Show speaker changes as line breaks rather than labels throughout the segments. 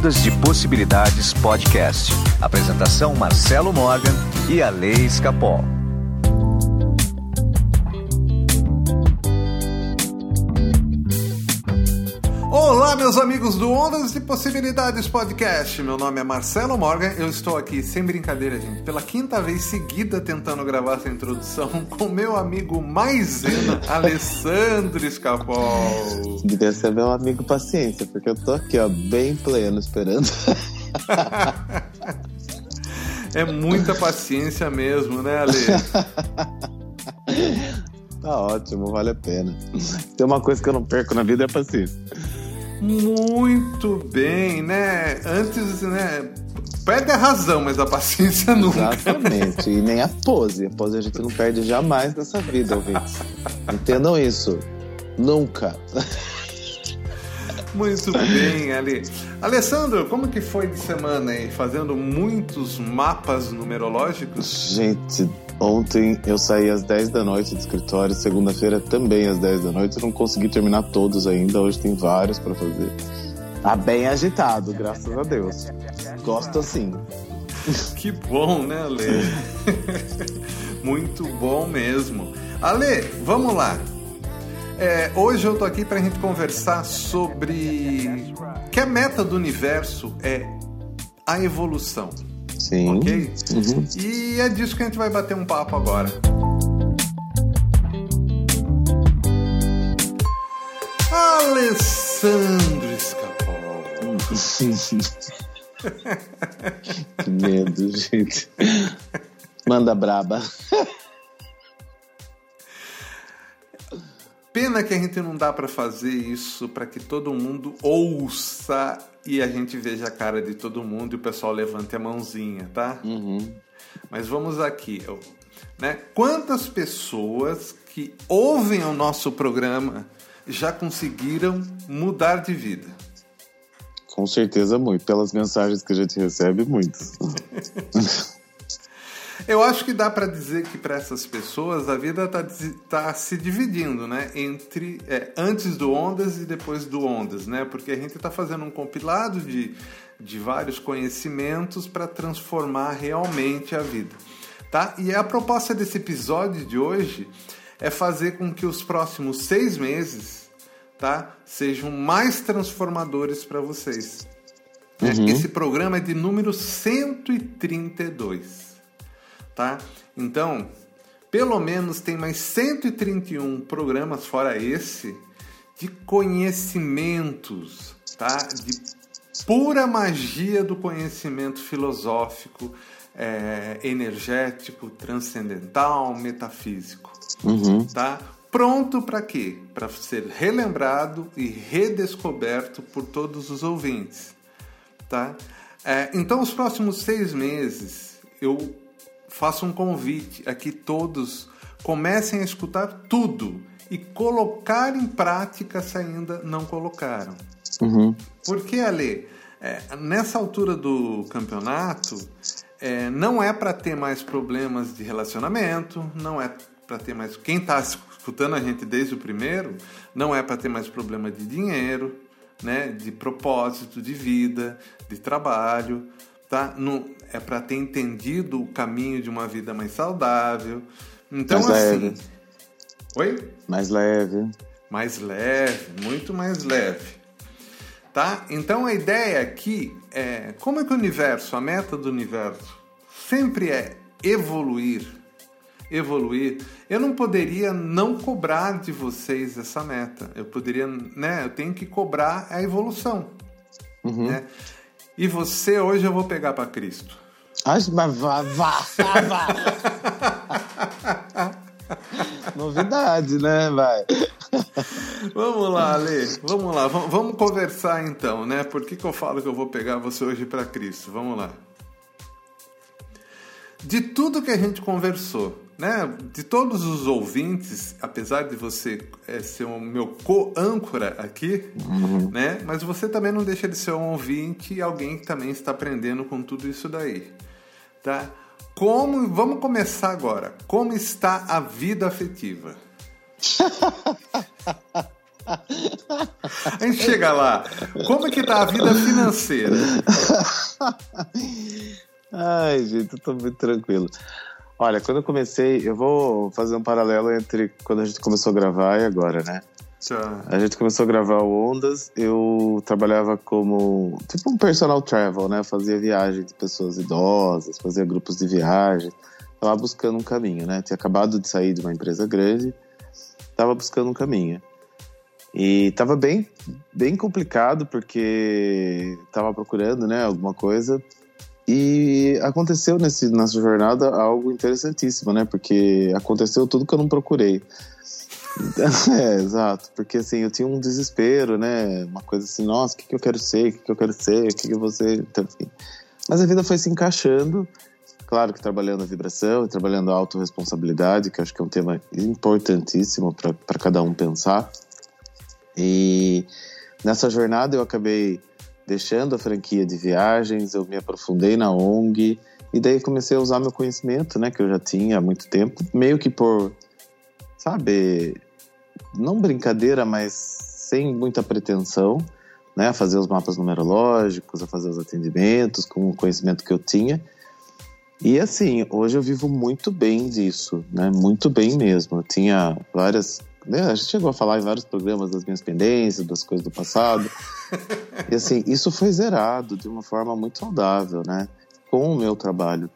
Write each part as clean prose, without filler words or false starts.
Ondas de Possibilidades Podcast. Apresentação Marcelo Morgan e Ale Escapol.
Olá, meus amigos do Ondas de Possibilidades Podcast. Meu nome é Marcelo Morgan. Eu estou aqui, sem brincadeira, gente, pela quinta vez seguida tentando gravar essa introdução com meu amigo maisena, Alessandro Escapol.
Devia ser meu amigo paciência, porque eu tô aqui, ó, bem pleno, esperando.
É muita paciência mesmo, né, Ale?
Tá ótimo, vale a pena. Tem uma coisa que eu não perco na vida, é a paciência.
Muito bem, né? Antes, né? Perde a razão, mas a paciência nunca.
Exatamente, né? E nem a pose. A pose a gente não perde jamais nessa vida, ouvintes. Entendam isso. Nunca.
Muito bem, Ali. Alessandro, como que foi de semana aí? Fazendo muitos mapas numerológicos?
Gente, ontem eu saí às 10 da noite do escritório, segunda-feira também às 10 da noite. Eu não consegui terminar todos ainda, hoje tem vários pra fazer. Tá bem agitado, graças a Deus. Gosto assim.
Que bom, né, Ale? Muito bom mesmo. Ale, vamos lá. Hoje eu tô aqui pra gente conversar sobre que a meta do universo é a evolução.
Sim.
Ok?
Uhum.
E é disso que a gente vai bater um papo agora. Alessandro Escapol.
Que medo, gente. Manda braba.
Pena que a gente não dá pra fazer isso para que todo mundo ouça e a gente veja a cara de todo mundo e o pessoal levante a mãozinha, tá?
Uhum.
Mas vamos aqui, né? Quantas pessoas que ouvem o nosso programa já conseguiram mudar de vida?
Com certeza muito. Pelas mensagens que a gente recebe, muitas.
Eu acho que dá para dizer que para essas pessoas a vida tá se dividindo, né? Entre antes do Ondas e depois do Ondas, né? Porque a gente está fazendo um compilado de vários conhecimentos para transformar realmente a vida, tá? E a proposta desse episódio de hoje é fazer com que os próximos 6 meses, tá, sejam mais transformadores para vocês.
Uhum.
Esse programa é de número 132. Tá? Então, pelo menos tem mais 131 programas fora esse de conhecimentos, tá? De pura magia do conhecimento filosófico, energético, transcendental, metafísico.
Uhum.
Tá? Pronto para quê? Para ser relembrado e redescoberto por todos os ouvintes. Tá? Então, os próximos 6 meses, eu faço um convite a que todos comecem a escutar tudo e colocar em prática se ainda não colocaram.
Uhum.
Porque, Ale, nessa altura do campeonato, não é para ter mais problemas de relacionamento, não é para ter mais... Quem está escutando a gente desde o primeiro, não é para ter mais problema de dinheiro, né, de propósito, de vida, de trabalho... Tá? É para ter entendido o caminho de uma vida mais saudável. Então,
mais
assim...
leve.
Oi?
Mais leve.
Mais leve, muito mais leve. Tá? Então, a ideia aqui é... Como é que o universo, a meta do universo, sempre é evoluir. Evoluir. Eu não poderia não cobrar de vocês essa meta. Eu poderia... né? Eu tenho que cobrar a evolução.
Uhum.
Né? E você, hoje eu vou pegar para Cristo.
Mas vá. Novidade, né? Vai.
Vamos lá, Ale. Vamos lá. Vamos conversar então, né? Por que eu falo que eu vou pegar você hoje para Cristo? Vamos lá. De tudo que a gente conversou, né? De todos os ouvintes, apesar de você ser o meu co-âncora aqui, né? Mas você também não deixa de ser um ouvinte e alguém que também está aprendendo com tudo isso daí, tá? Vamos começar agora. Como está a vida afetiva? A gente chega lá. Como é que tá a vida financeira?
Ai, gente, eu tô muito tranquilo. Olha, quando eu comecei, eu vou fazer um paralelo entre quando a gente começou a gravar e agora, né? A gente começou a gravar o Ondas, eu trabalhava como tipo um personal travel, né? Eu fazia viagem de pessoas idosas, fazia grupos de viagem, tava buscando um caminho, né? Tinha acabado de sair de uma empresa grande, tava buscando um caminho. E tava bem complicado, porque tava procurando, né, alguma coisa. E aconteceu nessa jornada algo interessantíssimo, né? Porque aconteceu tudo que eu não procurei. Exato. Porque assim, eu tinha um desespero, né? Uma coisa assim, nossa, o que eu quero ser? O que eu quero ser? O que eu vou ser? Então, enfim. Mas a vida foi se encaixando. Claro que trabalhando a vibração, trabalhando a autorresponsabilidade, que eu acho que é um tema importantíssimo para cada um pensar. E nessa jornada eu acabei deixando a franquia de viagens, eu me aprofundei na ONG e daí comecei a usar meu conhecimento, né, que eu já tinha há muito tempo, meio que por, sabe, não brincadeira, mas sem muita pretensão, né, a fazer os mapas numerológicos, a fazer os atendimentos com o conhecimento que eu tinha. E assim, hoje eu vivo muito bem disso, né, muito bem mesmo. Eu tinha várias... A gente chegou a falar em vários programas das minhas pendências, das coisas do passado. E assim, isso foi zerado de uma forma muito saudável, né? Com o meu trabalho.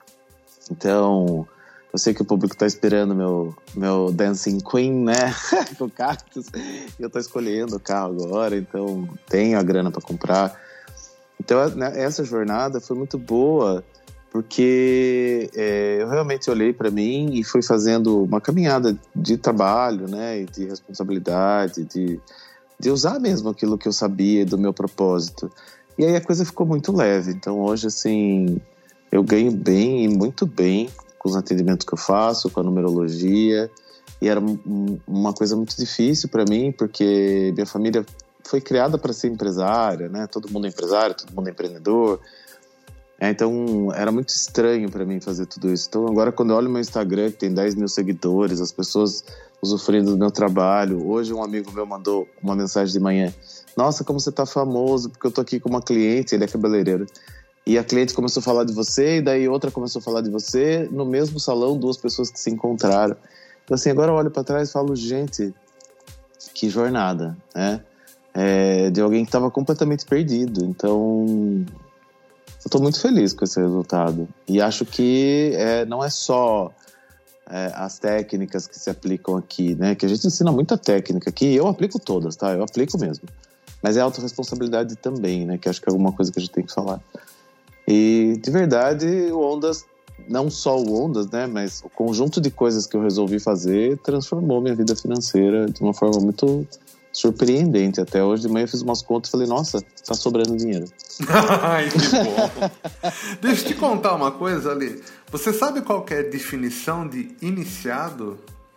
Então, eu sei que o público tá esperando meu Dancing Queen, né? Com cactus. E eu tô escolhendo o carro agora, então tenho a grana para comprar. Então, né, essa jornada foi muito boa, porque eu realmente olhei para mim e fui fazendo uma caminhada de trabalho, né, e de responsabilidade, de usar mesmo aquilo que eu sabia do meu propósito. E aí a coisa ficou muito leve. Então hoje, assim, eu ganho bem e muito bem com os atendimentos que eu faço, com a numerologia. E era uma coisa muito difícil para mim, porque minha família foi criada para ser empresária, né? Todo mundo é empresário, todo mundo é empreendedor. Então era muito estranho para mim fazer tudo isso. Então agora, quando eu olho meu Instagram, que tem 10 mil seguidores, as pessoas usufruindo do meu trabalho. Hoje um amigo meu mandou uma mensagem de manhã: nossa, como você tá famoso, porque eu tô aqui com uma cliente, ele é cabeleireiro, e a cliente começou a falar de você, e daí outra começou a falar de você, no mesmo salão, 2 pessoas que se encontraram. Então assim, agora eu olho para trás e falo, gente, que jornada, né? De alguém que estava completamente perdido. Então eu tô muito feliz com esse resultado. E acho que não é só as técnicas que se aplicam aqui, né? Que a gente ensina muita técnica aqui. Eu aplico todas, tá? Eu aplico mesmo. Mas é autorresponsabilidade também, né? Que acho que é alguma coisa que a gente tem que falar. E, de verdade, o Ondas, não só o Ondas, né? Mas o conjunto de coisas que eu resolvi fazer transformou minha vida financeira de uma forma muito surpreendente. Até hoje de manhã eu fiz umas contas e falei, nossa, tá sobrando dinheiro.
Ai, que bom. Deixa eu te contar uma coisa, Ali. Você sabe qual que é a definição de iniciado?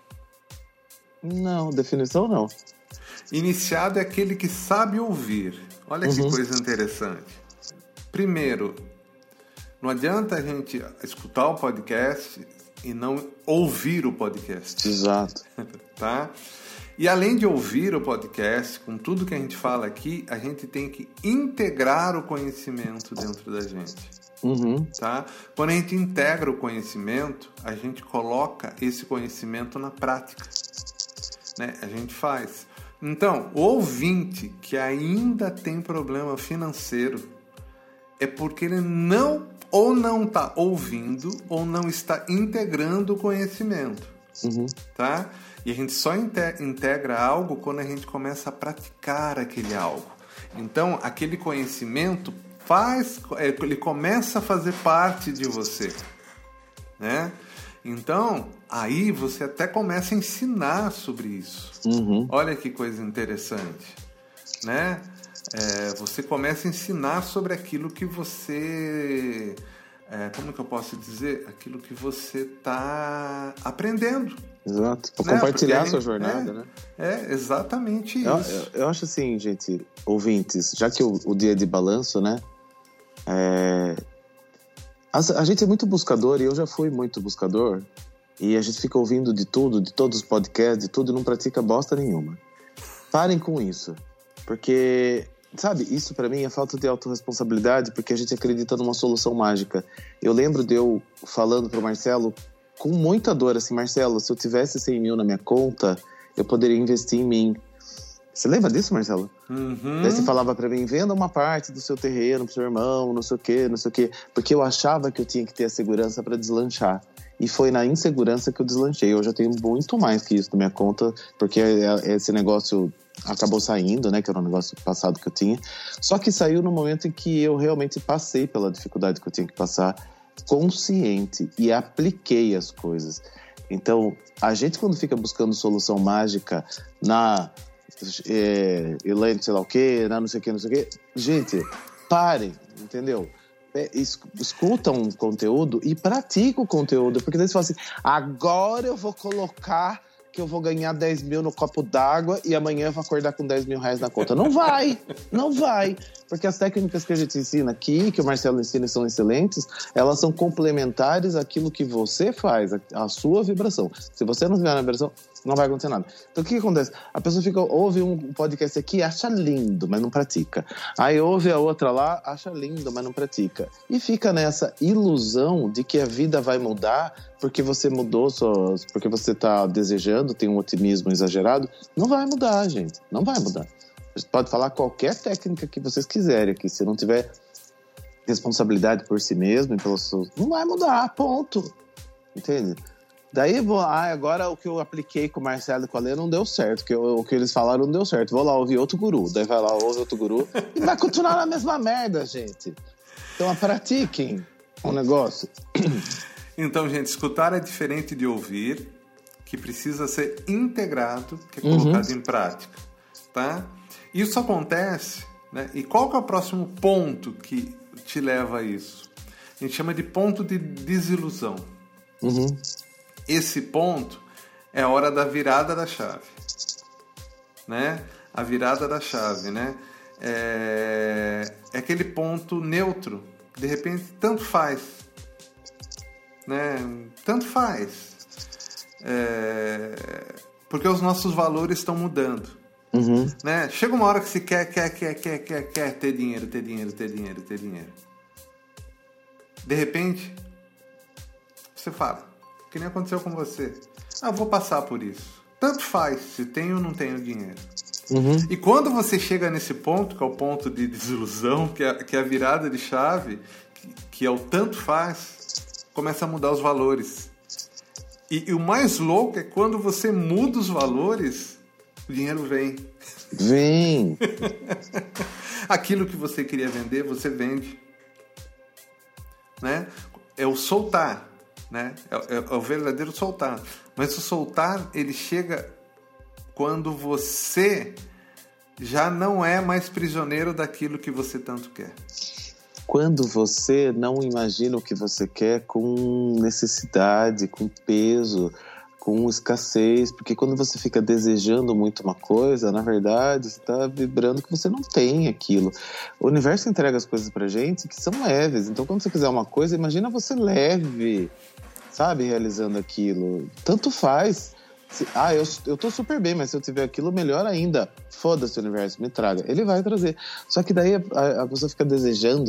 Não, definição não.
Iniciado é aquele que sabe ouvir. Olha que coisa interessante. Primeiro, não adianta a gente escutar o podcast e não ouvir o podcast.
Exato.
Tá? E além de ouvir o podcast, com tudo que a gente fala aqui, a gente tem que integrar o conhecimento dentro da gente. Tá? Quando a gente integra o conhecimento, a gente coloca esse conhecimento na prática. Né? A gente faz. Então, o ouvinte que ainda tem problema financeiro é porque ele não está ouvindo ou não está integrando o conhecimento. Tá? E a gente só integra algo quando a gente começa a praticar aquele algo. Então, aquele conhecimento ele começa a fazer parte de você, né? Então, aí você até começa a ensinar sobre isso. Olha que coisa interessante, né? Você começa a ensinar sobre aquilo que você... como que eu posso dizer? Aquilo que você está aprendendo.
Exato, para compartilhar a sua jornada, né?
Exatamente isso.
Eu acho assim, gente, ouvintes, já que o dia é de balanço, né? A gente é muito buscador, e eu já fui muito buscador, e a gente fica ouvindo de tudo, de todos os podcasts, de tudo, e não pratica bosta nenhuma. Parem com isso. Porque, sabe, isso pra mim é falta de autorresponsabilidade, porque a gente acredita numa solução mágica. Eu lembro de eu falando pro Marcelo com muita dor, assim, Marcelo, se eu tivesse 100 mil na minha conta, eu poderia investir em mim. Você lembra disso, Marcelo?
Uhum.
Daí você falava pra mim, venda uma parte do seu terreno pro seu irmão, não sei o quê. Porque eu achava que eu tinha que ter a segurança pra deslanchar. E foi na insegurança que eu deslanchei. Eu já tenho muito mais que isso na minha conta, porque esse negócio acabou saindo, né? Que era um negócio passado que eu tinha. Só que saiu no momento em que eu realmente passei pela dificuldade que eu tinha que passar, consciente, e apliquei as coisas. Então, a gente quando fica buscando solução mágica na Elaine, sei lá o quê, na não sei o quê, gente, parem, entendeu? Escuta um conteúdo e pratica o conteúdo, porque daí você fala assim, agora eu vou colocar que eu vou ganhar 10 mil no copo d'água e amanhã eu vou acordar com 10 mil reais na conta. Não vai, porque as técnicas que a gente ensina aqui, que o Marcelo ensina, são excelentes, elas são complementares àquilo que você faz, a sua vibração. Se você não tiver na vibração, não vai acontecer nada. Então o que acontece? A pessoa ouve um podcast aqui, acha lindo, mas não pratica. Aí ouve a outra lá, acha lindo, mas não pratica. E fica nessa ilusão de que a vida vai mudar porque você mudou, porque você está desejando, tem um otimismo exagerado. Não vai mudar, gente. Não vai mudar. Você pode falar qualquer técnica que vocês quiserem aqui. Se não tiver responsabilidade por si mesmo, não vai mudar, ponto. Entende? Daí, agora o que eu apliquei com o Marcelo e com a Lê não deu certo. O que eles falaram não deu certo. Vou lá ouvir outro guru. Daí vai lá, ouve outro guru. E vai continuar na mesma merda, gente. Então, pratiquem o negócio.
Então, gente, escutar é diferente de ouvir, que precisa ser integrado, que é colocado em prática, tá? Isso acontece, né? E qual que é o próximo ponto que te leva a isso? A gente chama de ponto de desilusão. Esse ponto é a hora da virada da chave, né? A virada da chave, né? É aquele ponto neutro, de repente, tanto faz, né? Tanto faz. Porque os nossos valores estão mudando. Né? Chega uma hora que se quer ter dinheiro. De repente, você fala, que nem aconteceu com você. Eu vou passar por isso. Tanto faz se tenho ou não tenho dinheiro. E quando você chega nesse ponto, que é o ponto de desilusão, que é a virada de chave, que é o tanto faz, começa a mudar os valores. E o mais louco é quando você muda os valores, o dinheiro vem.
Vem!
Aquilo que você queria vender, você vende. Né? É o soltar. Né? É o verdadeiro soltar. Mas o soltar, ele chega quando você já não é mais prisioneiro daquilo que você tanto quer.
Quando você não imagina o que você quer com necessidade, com peso, com escassez, porque quando você fica desejando muito uma coisa, na verdade, você está vibrando que você não tem aquilo. O universo entrega as coisas pra gente que são leves, então quando você quiser uma coisa, imagina você leve, sabe, realizando aquilo. Tanto faz. Eu tô super bem, mas se eu tiver aquilo, melhor ainda. Foda-se o universo, me traga. Ele vai trazer. Só que daí a pessoa fica desejando,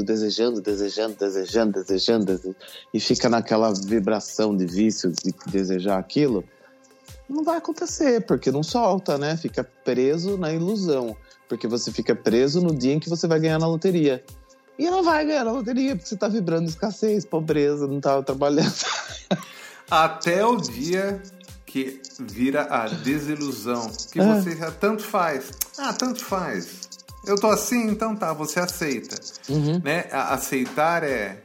e fica naquela vibração de vício de desejar aquilo. Não vai acontecer, porque não solta, né? Fica preso na ilusão. Porque você fica preso no dia em que você vai ganhar na loteria. E não vai ganhar na loteria, porque você tá vibrando escassez, pobreza, não tá trabalhando.
Até o dia que vira a desilusão, que você já tanto faz. Tanto faz. Eu tô assim, então tá, você aceita. Né? Aceitar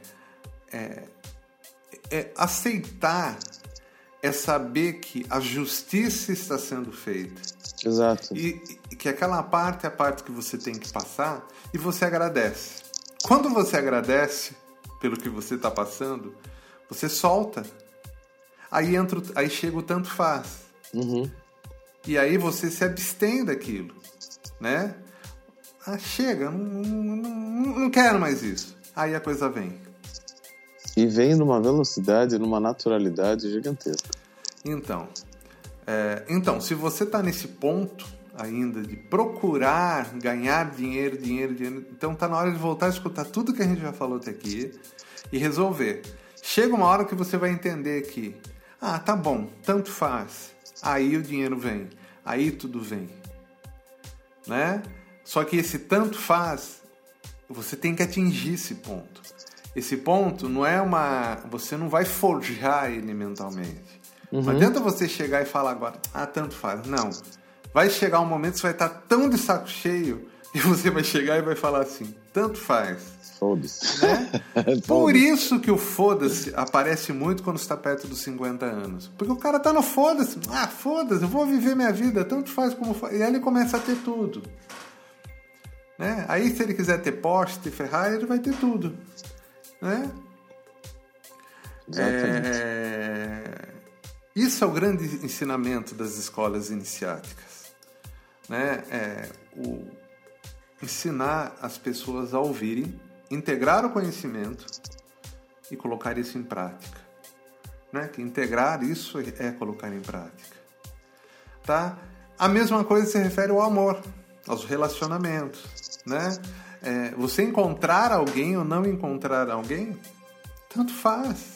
aceitar é saber que a justiça está sendo feita.
Exato.
E que aquela parte é a parte que você tem que passar e você agradece. Quando você agradece pelo que você está passando, você solta. Aí chega o tanto faz. E aí você se abstém daquilo, né? Chega, não quero mais isso. Aí a coisa vem.
E vem numa velocidade, numa naturalidade gigantesca.
Então, se você está nesse ponto ainda de procurar ganhar dinheiro. Então tá na hora de voltar a escutar tudo que a gente já falou até aqui e resolver. Chega uma hora que você vai entender que, tá bom, tanto faz. Aí o dinheiro vem, aí tudo vem, né? Só que esse tanto faz, você tem que atingir esse ponto. Esse ponto não é você não vai forjar ele mentalmente. Não adianta você chegar e falar agora, tanto faz. Não. Vai chegar um momento que você vai estar tão de saco cheio e você vai chegar e vai falar assim, tanto faz.
Foda-se.
Né? Por isso que o foda-se aparece muito quando está perto dos 50 anos. Porque o cara tá no foda-se. Foda-se, eu vou viver minha vida, tanto faz como faz. E aí ele começa a ter tudo. Né? Aí se ele quiser ter Porsche, ter Ferrari, ele vai ter tudo. Né? Isso é o grande ensinamento das escolas iniciáticas. Né? Ensinar as pessoas a ouvirem, integrar o conhecimento e colocar isso em prática. Né? Que integrar isso é colocar em prática. Tá? A mesma coisa se refere ao amor, aos relacionamentos. Né? Você encontrar alguém ou não encontrar alguém, tanto faz.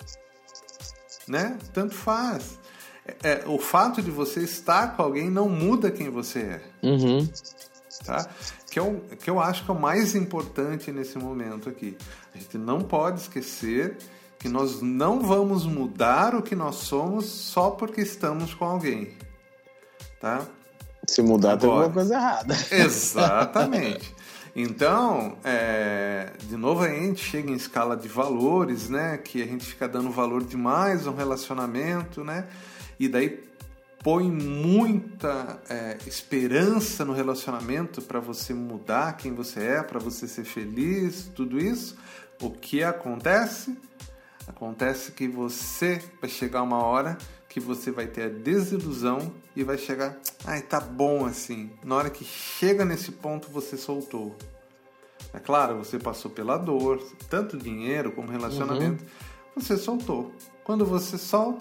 Né? Tanto faz. O fato de você estar com alguém não muda quem você é. Tá? Que eu acho que é o mais importante nesse momento aqui. A gente não pode esquecer que nós não vamos mudar o que nós somos só porque estamos com alguém. Tá?
Se mudar, tem alguma coisa errada.
Exatamente. Então, de novo a gente chega em escala de valores, né? Que a gente fica dando valor demais a um relacionamento, né? E daí põe muita esperança no relacionamento para você mudar quem você é, para você ser feliz, tudo isso. O que acontece? Acontece que você vai chegar uma hora que você vai ter a desilusão e vai chegar, tá bom assim. Na hora que chega nesse ponto, você soltou. É claro, você passou pela dor, tanto dinheiro como relacionamento, você soltou. Quando você solta,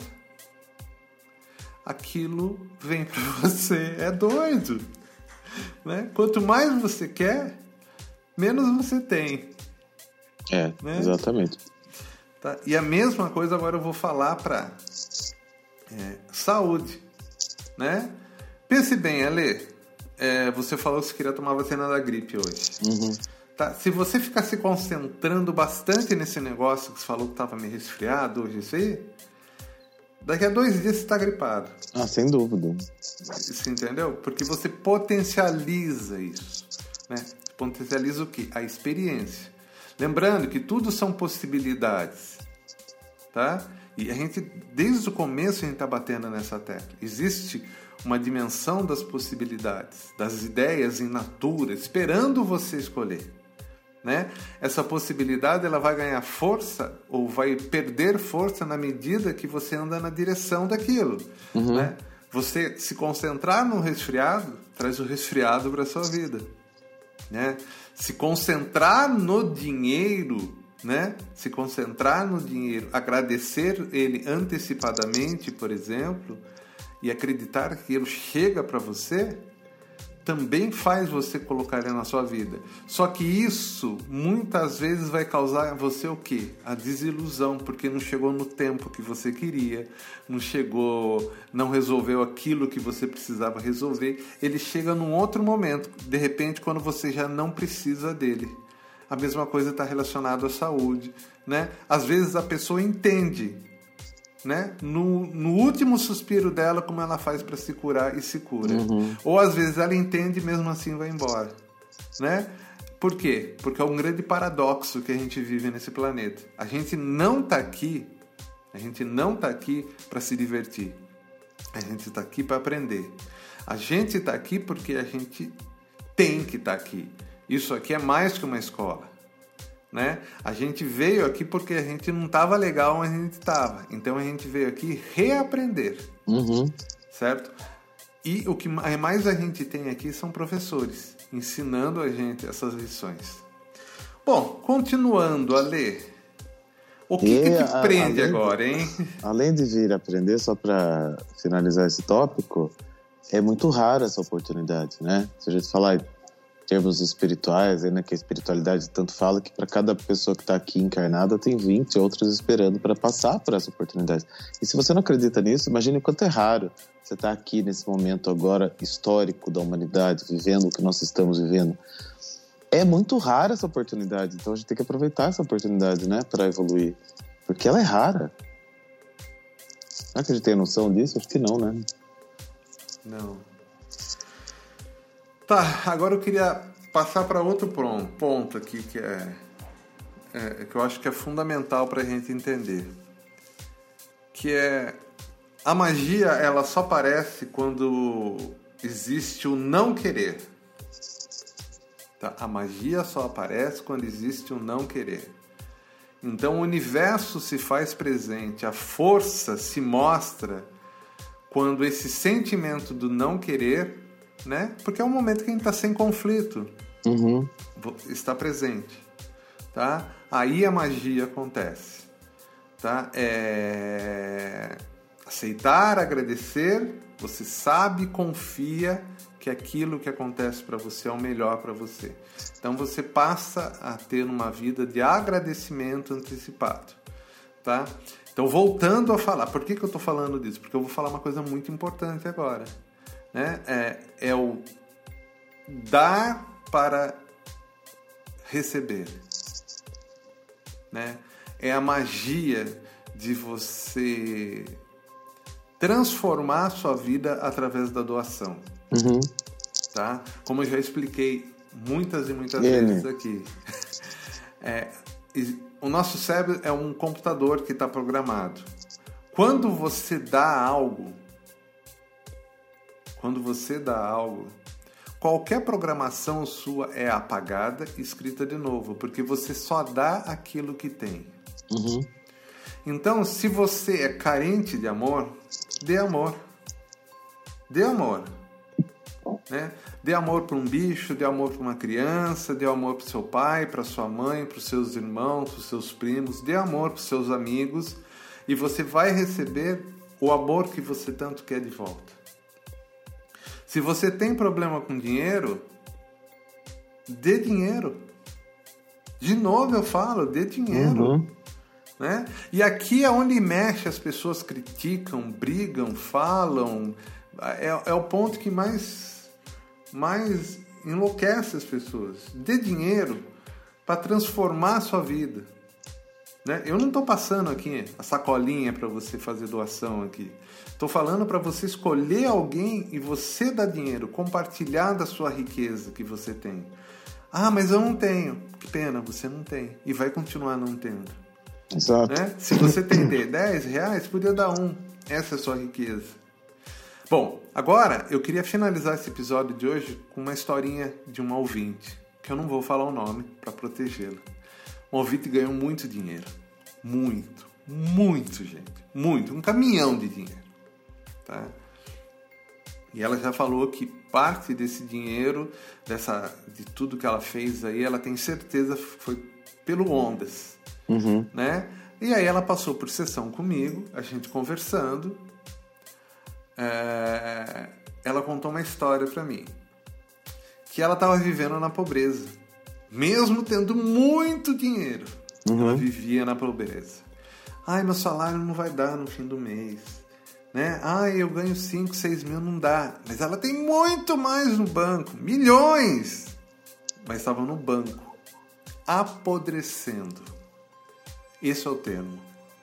aquilo vem para você. É doido. Né? Quanto mais você quer, menos você tem.
Né? Exatamente.
Tá? E a mesma coisa agora eu vou falar para saúde. Né? Pense bem, Ale. Você falou que você queria tomar vacina da gripe hoje. Tá? Se você ficar se concentrando bastante nesse negócio que você falou que estava meio resfriado hoje, isso aí, daqui a 2 dias você está gripado.
Sem dúvida.
Você entendeu? Porque você potencializa isso. Né? Potencializa o quê? A experiência. Lembrando que tudo são possibilidades. Tá? E a gente, desde o começo, a gente está batendo nessa tecla. Existe uma dimensão das possibilidades, das ideias in natura, esperando você escolher. Né? Essa possibilidade ela vai ganhar força ou vai perder força na medida que você anda na direção daquilo. Né? Você se concentrar no resfriado traz o resfriado para a sua vida. Né? Se concentrar no dinheiro, né? Se concentrar no dinheiro, agradecer ele antecipadamente, por exemplo, e acreditar que ele chega para você, também faz você colocar ele na sua vida. Só que isso muitas vezes vai causar em você o quê? A desilusão, porque não chegou no tempo que você queria, não resolveu aquilo que você precisava resolver. Ele chega num outro momento, de repente, quando você já não precisa dele. A mesma coisa está relacionada à saúde, né? Às vezes a pessoa entende, né? No último suspiro dela, como ela faz para se curar e se cura. Ou às vezes ela entende e mesmo assim vai embora, né? Por quê? Porque é um grande paradoxo que a gente vive nesse planeta. A gente não está aqui para se divertir. A gente está aqui para aprender. A gente está aqui porque a gente tem que estar aqui. Isso aqui é mais que uma escola. Né? A gente veio aqui porque a gente não estava legal onde a gente estava. Então a gente veio aqui reaprender. Certo? E o que mais a gente tem aqui são professores ensinando a gente essas lições. Bom, continuando a ler. O que te prende agora, hein?
Além de vir aprender, só para finalizar esse tópico, é muito rara essa oportunidade, né? Se a gente falar em termos espirituais, né, que a espiritualidade tanto fala que para cada pessoa que está aqui encarnada tem 20 outras esperando para passar por essa oportunidade. E se você não acredita nisso, imagine quanto é raro você estar aqui nesse momento agora histórico da humanidade, vivendo o que nós estamos vivendo. É muito rara essa oportunidade, então a gente tem que aproveitar essa oportunidade, né, para evoluir, porque ela é rara. Será que a gente tem noção disso? Acho que não, né?
Não. Tá, agora eu queria passar para outro ponto aqui que que eu acho que é fundamental para a gente entender, que é a magia, ela só aparece quando existe o não querer. Tá? A magia só aparece quando existe o não querer. Então o universo se faz presente, a força se mostra quando esse sentimento do não querer, né? Porque é um momento que a gente está sem conflito, está presente, tá? Aí a magia acontece, tá? Aceitar, agradecer, você sabe, confia que aquilo que acontece para você é o melhor para você. Então você passa a ter uma vida de agradecimento antecipado, tá? Então voltando a falar, por que eu estou falando disso? Porque eu vou falar uma coisa muito importante agora, né? É o dar para receber, né? É a magia de você transformar a sua vida através da doação. Tá? Como eu já expliquei muitas e muitas vezes aqui, o nosso cérebro é um computador que está programado. Quando você dá algo, qualquer programação sua é apagada e escrita de novo, porque você só dá aquilo que tem. Então, se você é carente de amor, dê amor. Dê amor. Né? Dê amor para um bicho, dê amor para uma criança, dê amor para o seu pai, para sua mãe, para os seus irmãos, para os seus primos, dê amor para os seus amigos e você vai receber o amor que você tanto quer de volta. Se você tem problema com dinheiro, dê dinheiro. De novo eu falo, dê dinheiro. Né? E aqui é onde mexe, as pessoas criticam, brigam, falam. É o ponto que mais enlouquece as pessoas. Dê dinheiro para transformar a sua vida. Né? Eu não estou passando aqui a sacolinha para você fazer doação aqui. Estou falando para você escolher alguém e você dar dinheiro, compartilhar da sua riqueza que você tem. Ah, mas eu não tenho. Que pena, você não tem. E vai continuar não tendo.
Exato.
Né? Se você tem R$10, podia dar um. Essa é a sua riqueza. Bom, agora eu queria finalizar esse episódio de hoje com uma historinha de um ouvinte, que eu não vou falar o nome para protegê-lo. Um ouvinte ganhou muito dinheiro. Muito, gente. Muito. Um caminhão de dinheiro. Tá? E ela já falou que parte desse dinheiro, de tudo que ela fez aí, ela tem certeza foi pelo Ondas. Né? E aí ela passou por sessão comigo, a gente conversando. Ela contou uma história para mim, que ela estava vivendo na pobreza, mesmo tendo muito dinheiro. Ela vivia na pobreza. Ai, meu salário não vai dar no fim do mês, né? Ai, eu ganho 5, 6 mil, não dá. Mas ela tem muito mais no banco, milhões, mas estava no banco, apodrecendo. Esse é o termo.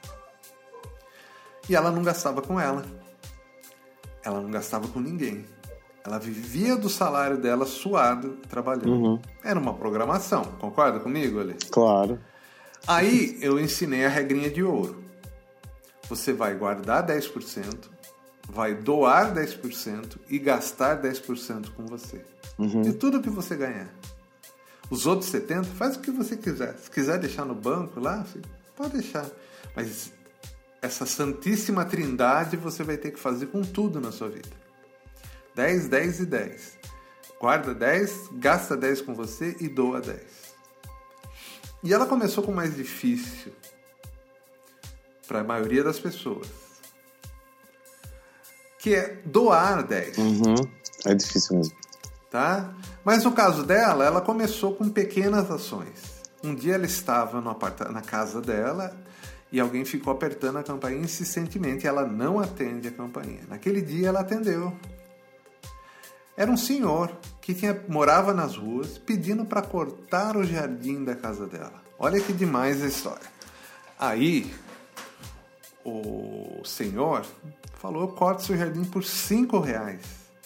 E ela não gastava com ela. Ela não gastava com ninguém. Ela vivia do salário dela suado, trabalhando. Era uma programação. Concorda comigo, Ale?
Claro.
Aí eu ensinei a regrinha de ouro. Você vai guardar 10%, vai doar 10% e gastar 10% com você. De tudo que você ganhar. Os outros 70%, faz o que você quiser. Se quiser deixar no banco lá, pode deixar. Mas essa santíssima trindade você vai ter que fazer com tudo na sua vida. 10, 10 e 10. Guarda 10, gasta 10 com você e doa 10. E ela começou com o mais difícil para a maioria das pessoas, que é doar 10.
É difícil mesmo.
Tá? Mas no caso dela, ela começou com pequenas ações. Um dia ela estava na casa dela e alguém ficou apertando a campainha insistentemente e ela não atende a campainha. Naquele dia ela atendeu. Era um senhor que morava nas ruas pedindo para cortar o jardim da casa dela. Olha que demais a história. Aí o senhor falou: eu corto seu jardim por R$5.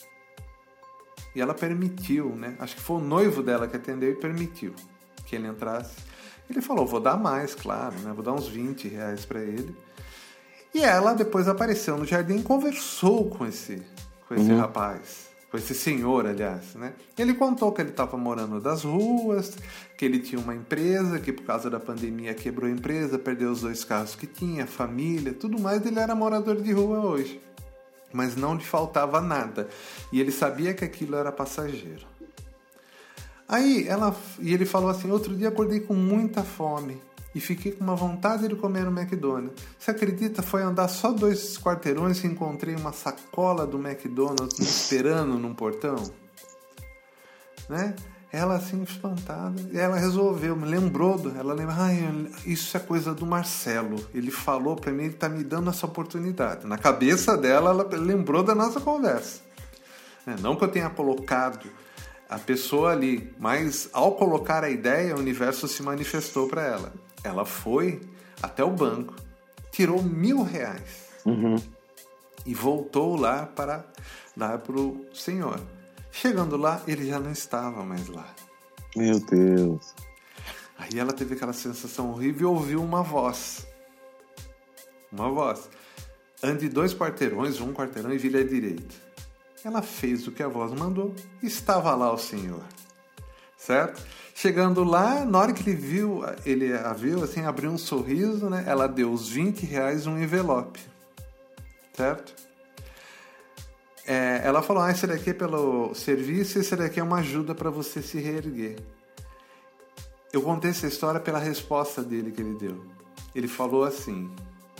E ela permitiu, né? Acho que foi o noivo dela que atendeu e permitiu que ele entrasse. Ele falou: vou dar mais, claro, né? Vou dar uns R$20 para ele. E ela depois apareceu no jardim e conversou com esse rapaz, com esse senhor, aliás, né? Ele contou que ele estava morando das ruas, que ele tinha uma empresa, que por causa da pandemia quebrou a empresa, perdeu os 2 carros que tinha, família, tudo mais. Ele era morador de rua hoje, mas não lhe faltava nada. E ele sabia que aquilo era passageiro. Aí ele falou assim: outro dia acordei com muita fome e fiquei com uma vontade de comer no McDonald's. Você acredita? Foi andar só 2 quarteirões e encontrei uma sacola do McDonald's me esperando num portão, né? Ela assim espantada, e ela resolveu, isso é coisa do Marcelo, ele falou pra mim, ele tá me dando essa oportunidade. Na cabeça dela, ela lembrou da nossa conversa, não que eu tenha colocado a pessoa ali, mas ao colocar a ideia, o universo se manifestou para ela. Ela foi até o banco, tirou R$1.000 e voltou lá para dar pro senhor. Chegando lá, ele já não estava mais lá.
Meu Deus.
Aí ela teve aquela sensação horrível e ouviu uma voz. Uma voz. Ande 2 quarteirões, 1 quarteirão e vire à direita. Ela fez o que a voz mandou e estava lá o senhor. Certo? Chegando lá, na hora que ele a viu, assim, abriu um sorriso, né? Ela deu os R$20 um envelope. Certo? Ela falou: esse daqui é pelo serviço, esse daqui é uma ajuda para você se reerguer. Eu contei essa história pela resposta dele que ele deu. Ele falou assim: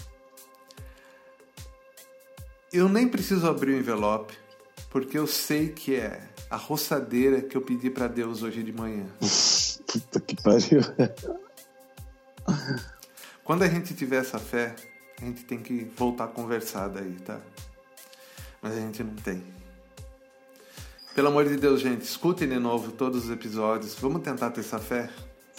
eu nem preciso abrir o envelope, porque eu sei que é a roçadeira que eu pedi para Deus hoje de manhã.
Puta que pariu.
Quando a gente tiver essa fé, a gente tem que voltar a conversar daí, tá? Mas a gente não tem. Pelo amor de Deus, gente, escutem de novo todos os episódios. Vamos tentar ter essa fé?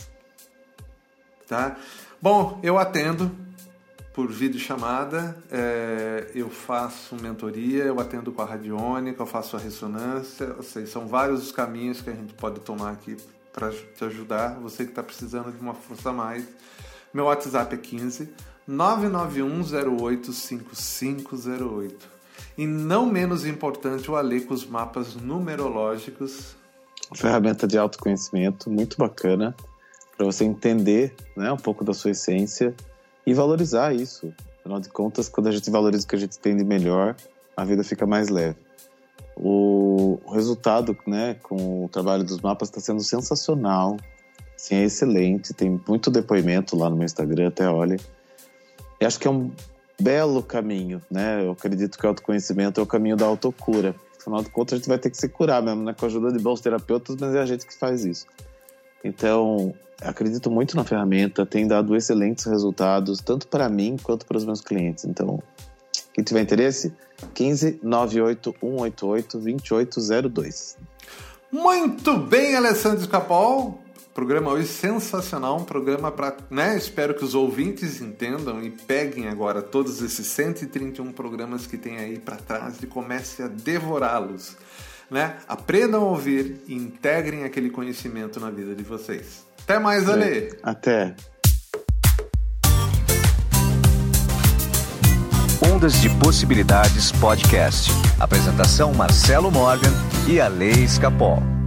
Tá? Bom, eu atendo por videochamada, eu faço mentoria, eu atendo com a radiônica, eu faço a ressonância, ou seja, são vários os caminhos que a gente pode tomar aqui para te ajudar, você que está precisando de uma força a mais. Meu WhatsApp é 15 991 08 5508. E não menos importante, o Ale com os mapas numerológicos.
Uma ferramenta de autoconhecimento muito bacana para você entender, né, um pouco da sua essência e valorizar isso. Afinal de contas, quando a gente valoriza o que a gente tem de melhor, a vida fica mais leve. O resultado, né, com o trabalho dos mapas está sendo sensacional. Assim, é excelente. Tem muito depoimento lá no meu Instagram, até olha. E acho que é um belo caminho, né? Eu acredito que o autoconhecimento é o caminho da autocura. Afinal de contas, a gente vai ter que se curar mesmo, né? Com a ajuda de bons terapeutas, mas é a gente que faz isso. Então, acredito muito na ferramenta, tem dado excelentes resultados, tanto para mim quanto para os meus clientes. Então, quem tiver interesse, 15 98 188 2802.
Muito bem, Alessandro Escapol. Programa hoje sensacional, um programa para, né, espero que os ouvintes entendam e peguem agora todos esses 131 programas que tem aí para trás e comecem a devorá-los, né? Aprendam a ouvir e integrem aquele conhecimento na vida de vocês. Até mais, Ale!
Até!
Ondas de Possibilidades Podcast. Apresentação Marcelo Morgan e Ale Escapol.